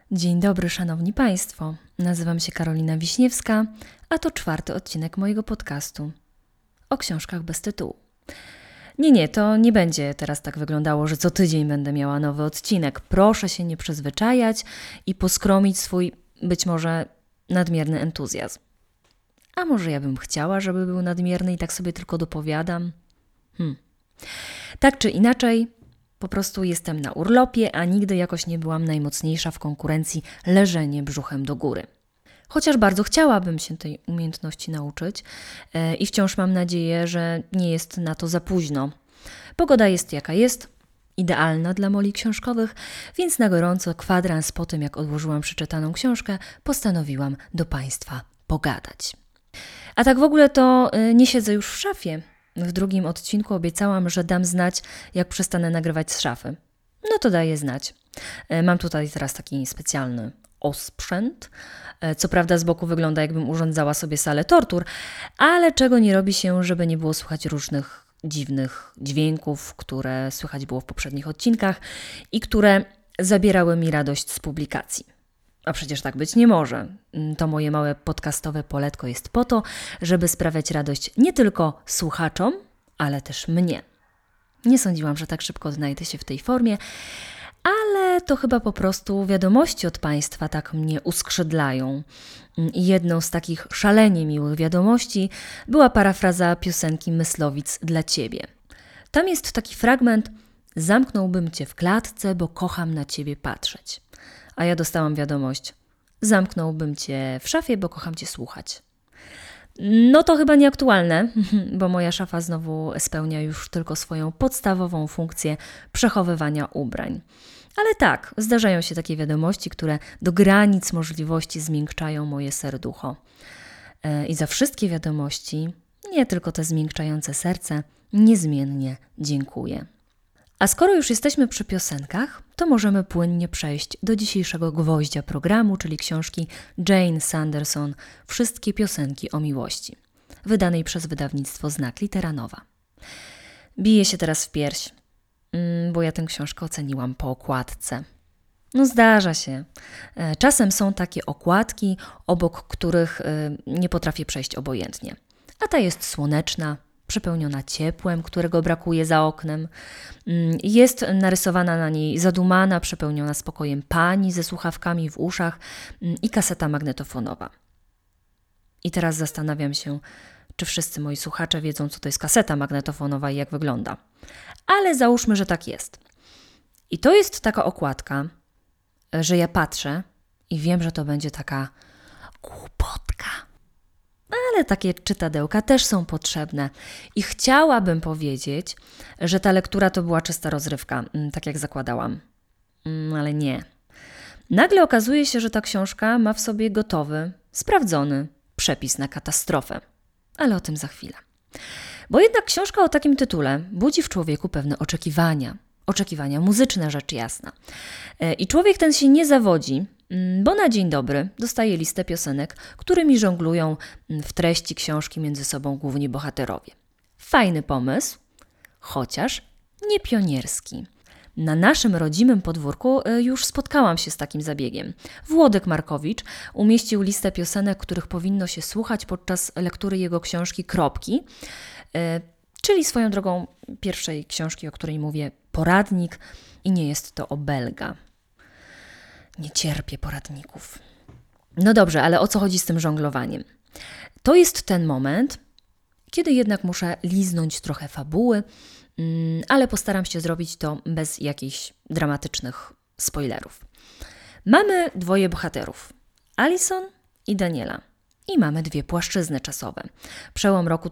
Dzień dobry, szanowni państwo. Nazywam się Karolina Wiśniewska, a to 4. odcinek mojego podcastu o książkach bez tytułu. Nie, to nie będzie teraz tak wyglądało, że co tydzień będę miała nowy odcinek. Proszę się nie przyzwyczajać i poskromić swój być może nadmierny entuzjazm. A może ja bym chciała, żeby był nadmierny i tak sobie tylko dopowiadam? Tak czy inaczej, po prostu jestem na urlopie, a nigdy jakoś nie byłam najmocniejsza w konkurencji leżenie brzuchem do góry. Chociaż bardzo chciałabym się tej umiejętności nauczyć i wciąż mam nadzieję, że nie jest na to za późno. Pogoda jest jaka jest, idealna dla moli książkowych, więc na gorąco kwadrans po tym, jak odłożyłam przeczytaną książkę, postanowiłam do Państwa pogadać. A tak w ogóle to nie siedzę już w szafie. W 2. odcinku obiecałam, że dam znać, jak przestanę nagrywać z szafy. No to daję znać. Mam tutaj teraz taki specjalny osprzęt. Co prawda z boku wygląda, jakbym urządzała sobie salę tortur, ale czego nie robi się, żeby nie było słychać różnych dziwnych dźwięków, które słychać było w poprzednich odcinkach i które zabierały mi radość z publikacji. A przecież tak być nie może. To moje małe podcastowe poletko jest po to, żeby sprawiać radość nie tylko słuchaczom, ale też mnie. Nie sądziłam, że tak szybko odnajdę się w tej formie, ale to chyba po prostu wiadomości od Państwa tak mnie uskrzydlają. I jedną z takich szalenie miłych wiadomości była parafraza piosenki Myslowic dla Ciebie. Tam jest taki fragment: zamknąłbym Cię w klatce, bo kocham na Ciebie patrzeć. A ja dostałam wiadomość: zamknąłbym Cię w szafie, bo kocham Cię słuchać. No to chyba nieaktualne, bo moja szafa znowu spełnia już tylko swoją podstawową funkcję przechowywania ubrań. Ale tak, zdarzają się takie wiadomości, które do granic możliwości zmiękczają moje serducho. I za wszystkie wiadomości, nie tylko te zmiękczające serce, niezmiennie dziękuję. A skoro już jesteśmy przy piosenkach, to możemy płynnie przejść do dzisiejszego gwoździa programu, czyli książki Jane Sanderson Wszystkie piosenki o miłości, wydanej przez wydawnictwo Znak Litera Nowa. Biję się teraz w pierś, bo ja tę książkę oceniłam po okładce. No zdarza się. Czasem są takie okładki, obok których nie potrafię przejść obojętnie. A ta jest słoneczna, przepełniona ciepłem, którego brakuje za oknem. Jest narysowana na niej zadumana, przepełniona spokojem pani ze słuchawkami w uszach i kaseta magnetofonowa. I teraz zastanawiam się, czy wszyscy moi słuchacze wiedzą, co to jest kaseta magnetofonowa i jak wygląda. Ale załóżmy, że tak jest. I to jest taka okładka, że ja patrzę i wiem, że to będzie taka głupotka. Ale takie czytadełka też są potrzebne. I chciałabym powiedzieć, że ta lektura to była czysta rozrywka, tak jak zakładałam. Ale nie. Nagle okazuje się, że ta książka ma w sobie gotowy, sprawdzony przepis na katastrofę. Ale o tym za chwilę. Bo jednak książka o takim tytule budzi w człowieku pewne oczekiwania. Oczekiwania muzyczne, rzecz jasna. I człowiek ten się nie zawodzi, bo na dzień dobry dostaje listę piosenek, którymi żonglują w treści książki między sobą główni bohaterowie. Fajny pomysł, chociaż nie pionierski. Na naszym rodzimym podwórku już spotkałam się z takim zabiegiem. Włodek Markowicz umieścił listę piosenek, których powinno się słuchać podczas lektury jego książki Kropki, czyli swoją drogą pierwszej książki, o której mówię, poradnik, i nie jest to obelga. Nie cierpię poradników. No dobrze, ale o co chodzi z tym żonglowaniem? To jest ten moment, kiedy jednak muszę liznąć trochę fabuły, ale postaram się zrobić to bez jakichś dramatycznych spoilerów. Mamy 2 bohaterów, Alison i Daniela. I mamy 2 płaszczyzny czasowe. Przełom roku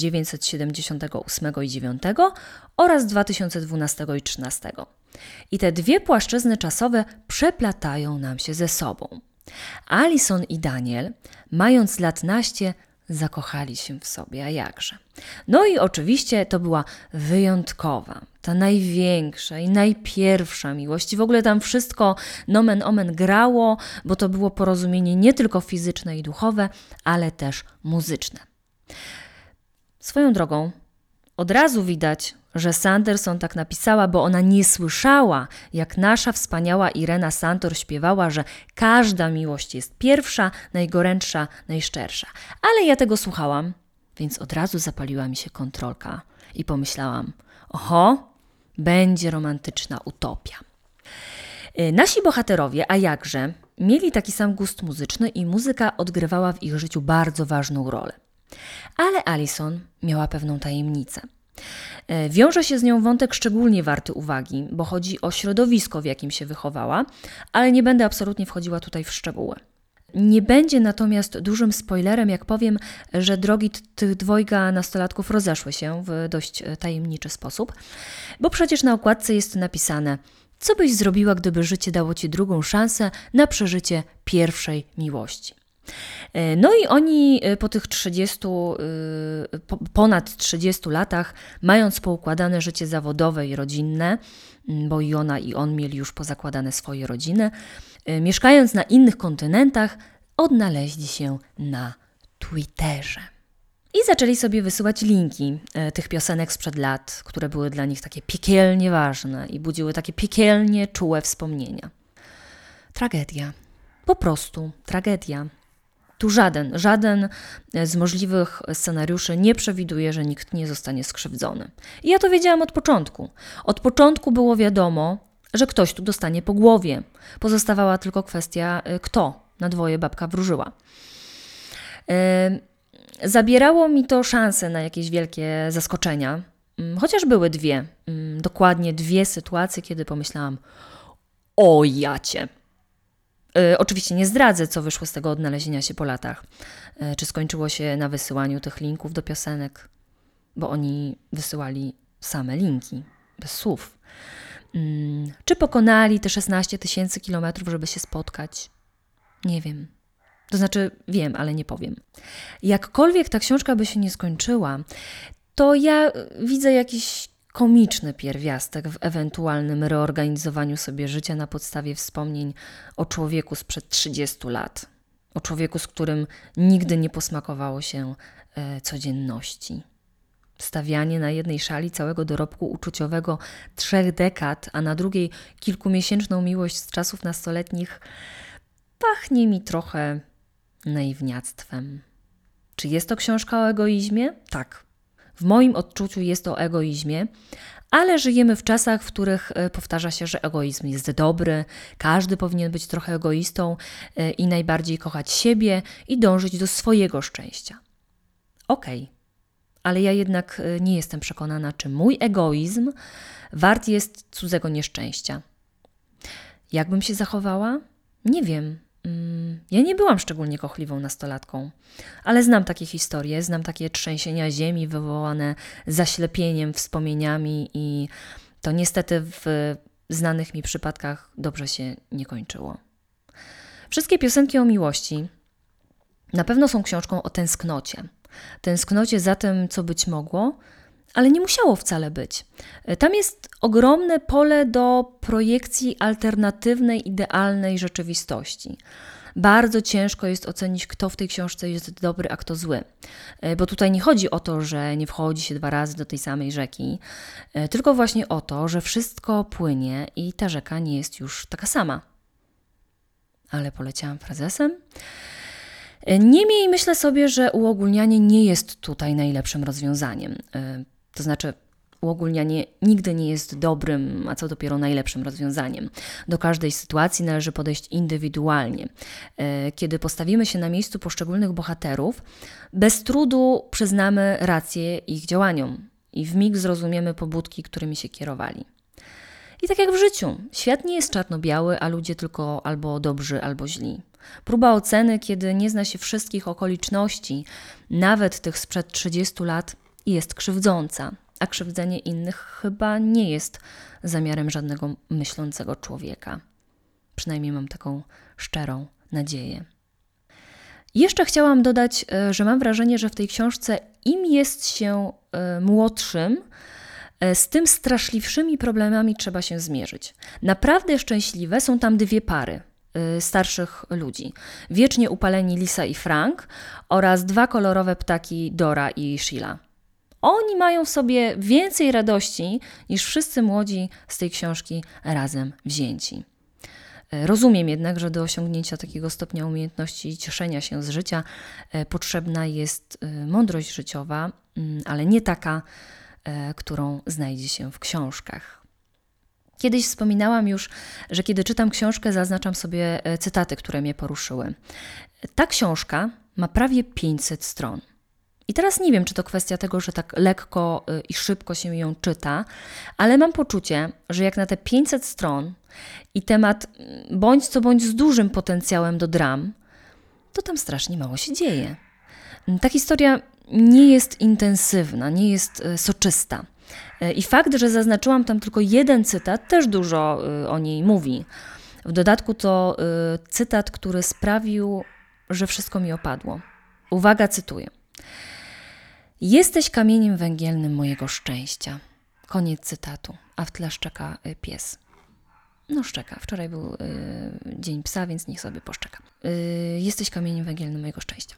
1978 i 9 oraz 2012 i 13. I te 2 płaszczyzny czasowe przeplatają nam się ze sobą. Alison i Daniel, mając lat naście, zakochali się w sobie, a jakże. No i oczywiście to była wyjątkowa, ta największa i najpierwsza miłość. I w ogóle tam wszystko nomen omen grało, bo to było porozumienie nie tylko fizyczne i duchowe, ale też muzyczne. Swoją drogą, od razu widać że Sanderson tak napisała, bo ona nie słyszała, jak nasza wspaniała Irena Santor śpiewała, że każda miłość jest pierwsza, najgorętsza, najszczersza. Ale ja tego słuchałam, więc od razu zapaliła mi się kontrolka i pomyślałam, oho, będzie romantyczna utopia. Nasi bohaterowie, a jakże, mieli taki sam gust muzyczny i muzyka odgrywała w ich życiu bardzo ważną rolę. Ale Alison miała pewną tajemnicę. Wiąże się z nią wątek szczególnie warty uwagi, bo chodzi o środowisko, w jakim się wychowała, ale nie będę absolutnie wchodziła tutaj w szczegóły. Nie będzie natomiast dużym spoilerem, jak powiem, że drogi tych dwojga nastolatków rozeszły się w dość tajemniczy sposób, bo przecież na okładce jest napisane: co byś zrobiła, gdyby życie dało ci drugą szansę na przeżycie pierwszej miłości. No i oni po tych ponad 30 latach, mając poukładane życie zawodowe i rodzinne, bo i ona i on mieli już pozakładane swoje rodziny, mieszkając na innych kontynentach, odnaleźli się na Twitterze. I zaczęli sobie wysyłać linki tych piosenek sprzed lat, które były dla nich takie piekielnie ważne i budziły takie piekielnie czułe wspomnienia. Tragedia. Po prostu tragedia. Tu żaden z możliwych scenariuszy nie przewiduje, że nikt nie zostanie skrzywdzony. I ja to wiedziałam od początku. Od początku było wiadomo, że ktoś tu dostanie po głowie. Pozostawała tylko kwestia, kto. Na dwoje babka wróżyła. Zabierało mi to szansę na jakieś wielkie zaskoczenia, chociaż były dokładnie dwie sytuacje, kiedy pomyślałam: o jacie. Oczywiście nie zdradzę, co wyszło z tego odnalezienia się po latach. Czy skończyło się na wysyłaniu tych linków do piosenek, bo oni wysyłali same linki, bez słów. Czy pokonali te 16 000 kilometrów, żeby się spotkać? Nie wiem. To znaczy wiem, ale nie powiem. Jakkolwiek ta książka by się nie skończyła, to ja widzę jakiś komiczny pierwiastek w ewentualnym reorganizowaniu sobie życia na podstawie wspomnień o człowieku sprzed 30 lat. O człowieku, z którym nigdy nie posmakowało się codzienności. Stawianie na jednej szali całego dorobku uczuciowego 3 dekad, a na drugiej kilkumiesięczną miłość z czasów nastoletnich, pachnie mi trochę naiwniactwem. Czy jest to książka o egoizmie? Tak. W moim odczuciu jest o egoizmie, ale żyjemy w czasach, w których powtarza się, że egoizm jest dobry, każdy powinien być trochę egoistą i najbardziej kochać siebie i dążyć do swojego szczęścia. Okej, ale ja jednak nie jestem przekonana, czy mój egoizm wart jest cudzego nieszczęścia. Jak bym się zachowała? Nie wiem. Ja nie byłam szczególnie kochliwą nastolatką, ale znam takie historie, znam takie trzęsienia ziemi wywołane zaślepieniem, wspomnieniami i to niestety w znanych mi przypadkach dobrze się nie kończyło. Wszystkie piosenki o miłości na pewno są książką o tęsknocie. Tęsknocie za tym, co być mogło, ale nie musiało wcale być. Tam jest ogromne pole do projekcji alternatywnej, idealnej rzeczywistości. Bardzo ciężko jest ocenić, kto w tej książce jest dobry, a kto zły. Bo tutaj nie chodzi o to, że nie wchodzi się 2 razy do tej samej rzeki, tylko właśnie o to, że wszystko płynie i ta rzeka nie jest już taka sama. Ale poleciałam frazesem. Niemniej myślę sobie, że uogólnianie nie jest tutaj najlepszym rozwiązaniem. To znaczy, uogólnianie nigdy nie jest dobrym, a co dopiero najlepszym rozwiązaniem. Do każdej sytuacji należy podejść indywidualnie. Kiedy postawimy się na miejscu poszczególnych bohaterów, bez trudu przyznamy rację ich działaniom i wmig zrozumiemy pobudki, którymi się kierowali. I tak jak w życiu, świat nie jest czarno-biały, a ludzie tylko albo dobrzy, albo źli. Próba oceny, kiedy nie zna się wszystkich okoliczności, nawet tych sprzed 30 lat, jest krzywdząca, a krzywdzenie innych chyba nie jest zamiarem żadnego myślącego człowieka. Przynajmniej mam taką szczerą nadzieję. Jeszcze chciałam dodać, że mam wrażenie, że w tej książce im jest się młodszym, z tym straszliwszymi problemami trzeba się zmierzyć. Naprawdę szczęśliwe są tam 2 pary starszych ludzi. Wiecznie upaleni Lisa i Frank oraz 2 kolorowe ptaki Dora i Sheila. Oni mają w sobie więcej radości niż wszyscy młodzi z tej książki razem wzięci. Rozumiem jednak, że do osiągnięcia takiego stopnia umiejętności i cieszenia się z życia potrzebna jest mądrość życiowa, ale nie taka, którą znajdzie się w książkach. Kiedyś wspominałam już, że kiedy czytam książkę, zaznaczam sobie cytaty, które mnie poruszyły. Ta książka ma prawie 500 stron. I teraz nie wiem, czy to kwestia tego, że tak lekko i szybko się ją czyta, ale mam poczucie, że jak na te 500 stron i temat bądź co bądź z dużym potencjałem do dram, to tam strasznie mało się dzieje. Ta historia nie jest intensywna, nie jest soczysta. I fakt, że zaznaczyłam tam tylko jeden cytat, też dużo o niej mówi. W dodatku to cytat, który sprawił, że wszystko mi opadło. Uwaga, cytuję. Jesteś kamieniem węgielnym mojego szczęścia. Koniec cytatu. A w tle szczeka pies. No szczeka. Wczoraj był dzień psa, więc niech sobie poszczeka. Jesteś kamieniem węgielnym mojego szczęścia.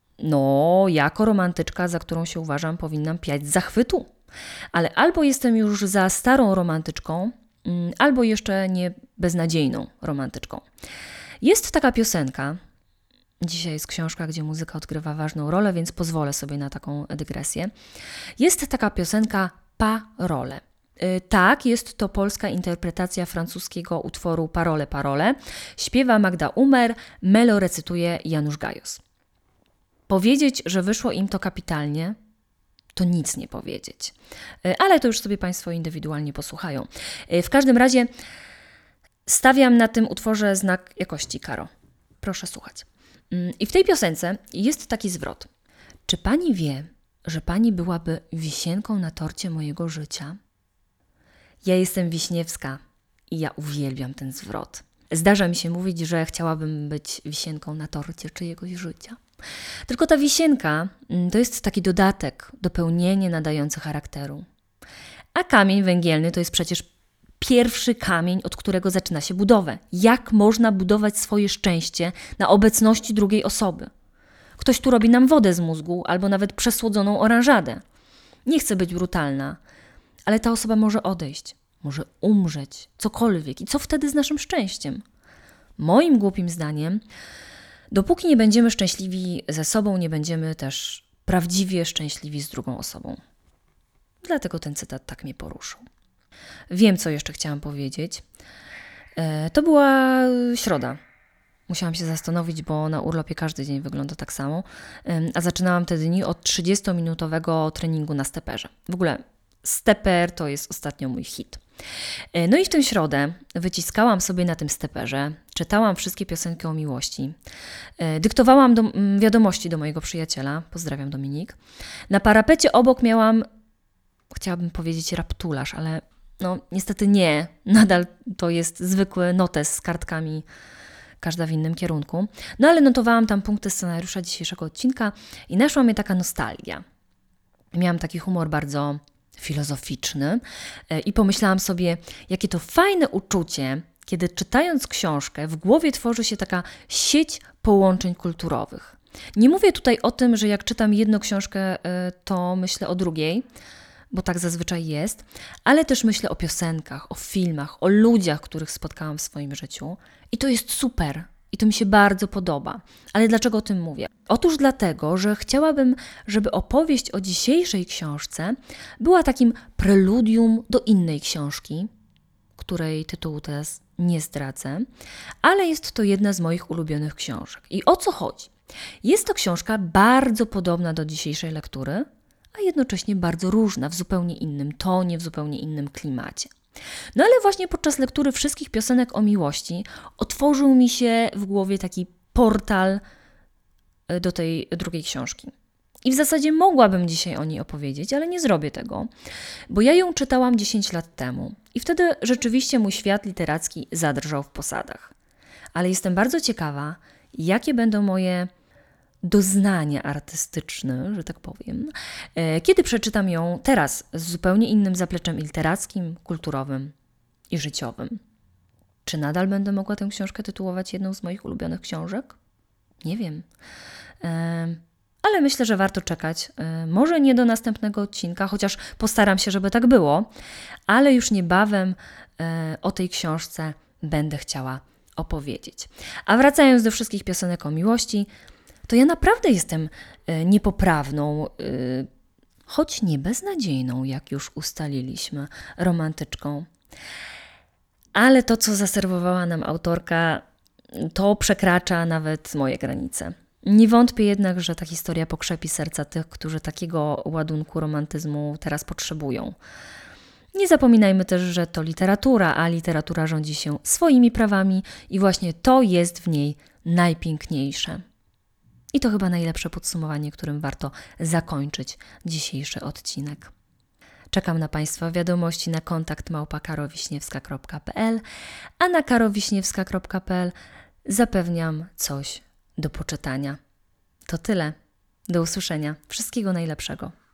No, jako romantyczka, za którą się uważam, powinnam piać z zachwytu. Ale albo jestem już za starą romantyczką, albo jeszcze nie beznadziejną romantyczką. Jest taka piosenka, dzisiaj jest książka, gdzie muzyka odgrywa ważną rolę, więc pozwolę sobie na taką dygresję. Jest taka piosenka Parole. Tak, jest to polska interpretacja francuskiego utworu Parole, Parole. Śpiewa Magda Umer, melo recytuje Janusz Gajos. Powiedzieć, że wyszło im to kapitalnie, to nic nie powiedzieć. Ale to już sobie Państwo indywidualnie posłuchają. W każdym razie stawiam na tym utworze znak jakości, Karo. Proszę słuchać. I w tej piosence jest taki zwrot. Czy Pani wie, że Pani byłaby wisienką na torcie mojego życia? Ja jestem Wiśniewska i ja uwielbiam ten zwrot. Zdarza mi się mówić, że chciałabym być wisienką na torcie czyjegoś życia. Tylko ta wisienka to jest taki dodatek, dopełnienie nadające charakteru. A kamień węgielny to jest przecież pierwszy kamień, od którego zaczyna się budowę. Jak można budować swoje szczęście na obecności drugiej osoby? Ktoś tu robi nam wodę z mózgu albo nawet przesłodzoną oranżadę. Nie chcę być brutalna, ale ta osoba może odejść, może umrzeć, cokolwiek. I co wtedy z naszym szczęściem? Moim głupim zdaniem, dopóki nie będziemy szczęśliwi ze sobą, nie będziemy też prawdziwie szczęśliwi z drugą osobą. Dlatego ten cytat tak mnie poruszył. Wiem, co jeszcze chciałam powiedzieć. To była środa. Musiałam się zastanowić, bo na urlopie każdy dzień wygląda tak samo. A zaczynałam te dni od 30-minutowego treningu na steperze. W ogóle steper to jest ostatnio mój hit. No i w tę środę wyciskałam sobie na tym steperze, czytałam wszystkie piosenki o miłości, dyktowałam wiadomości do mojego przyjaciela, pozdrawiam Dominik. Na parapecie obok miałam, chciałabym powiedzieć raptularz, ale no niestety nie, nadal to jest zwykły notes z kartkami, każda w innym kierunku. No ale notowałam tam punkty scenariusza dzisiejszego odcinka i naszła mnie taka nostalgia. Miałam taki humor bardzo filozoficzny i pomyślałam sobie, jakie to fajne uczucie, kiedy czytając książkę w głowie tworzy się taka sieć połączeń kulturowych. Nie mówię tutaj o tym, że jak czytam jedną książkę, to myślę o drugiej, bo tak zazwyczaj jest, ale też myślę o piosenkach, o filmach, o ludziach, których spotkałam w swoim życiu i to jest super. I to mi się bardzo podoba. Ale dlaczego o tym mówię? Otóż dlatego, że chciałabym, żeby opowieść o dzisiejszej książce była takim preludium do innej książki, której tytułu teraz nie zdradzę, ale jest to jedna z moich ulubionych książek. I o co chodzi? Jest to książka bardzo podobna do dzisiejszej lektury, a jednocześnie bardzo różna, w zupełnie innym tonie, w zupełnie innym klimacie. No ale właśnie podczas lektury wszystkich piosenek o miłości otworzył mi się w głowie taki portal do tej drugiej książki. I w zasadzie mogłabym dzisiaj o niej opowiedzieć, ale nie zrobię tego, bo ja ją czytałam 10 lat temu i wtedy rzeczywiście mój świat literacki zadrżał w posadach. Ale jestem bardzo ciekawa, jakie będą moje doznania artystyczne, że tak powiem, kiedy przeczytam ją teraz z zupełnie innym zapleczem literackim, kulturowym i życiowym. Czy nadal będę mogła tę książkę tytułować jedną z moich ulubionych książek? Nie wiem. ale myślę, że warto czekać. Może nie do następnego odcinka, chociaż postaram się, żeby tak było, ale już niebawem o tej książce będę chciała opowiedzieć. A wracając do wszystkich piosenek o miłości, to ja naprawdę jestem niepoprawną, choć nie beznadziejną, jak już ustaliliśmy, romantyczką. Ale to, co zaserwowała nam autorka, to przekracza nawet moje granice. Nie wątpię jednak, że ta historia pokrzepi serca tych, którzy takiego ładunku romantyzmu teraz potrzebują. Nie zapominajmy też, że to literatura, a literatura rządzi się swoimi prawami i właśnie to jest w niej najpiękniejsze. I to chyba najlepsze podsumowanie, którym warto zakończyć dzisiejszy odcinek. Czekam na Państwa wiadomości na kontakt @karowiśniewska.pl, a na karowiśniewska.pl zapewniam coś do poczytania. To tyle. Do usłyszenia. Wszystkiego najlepszego.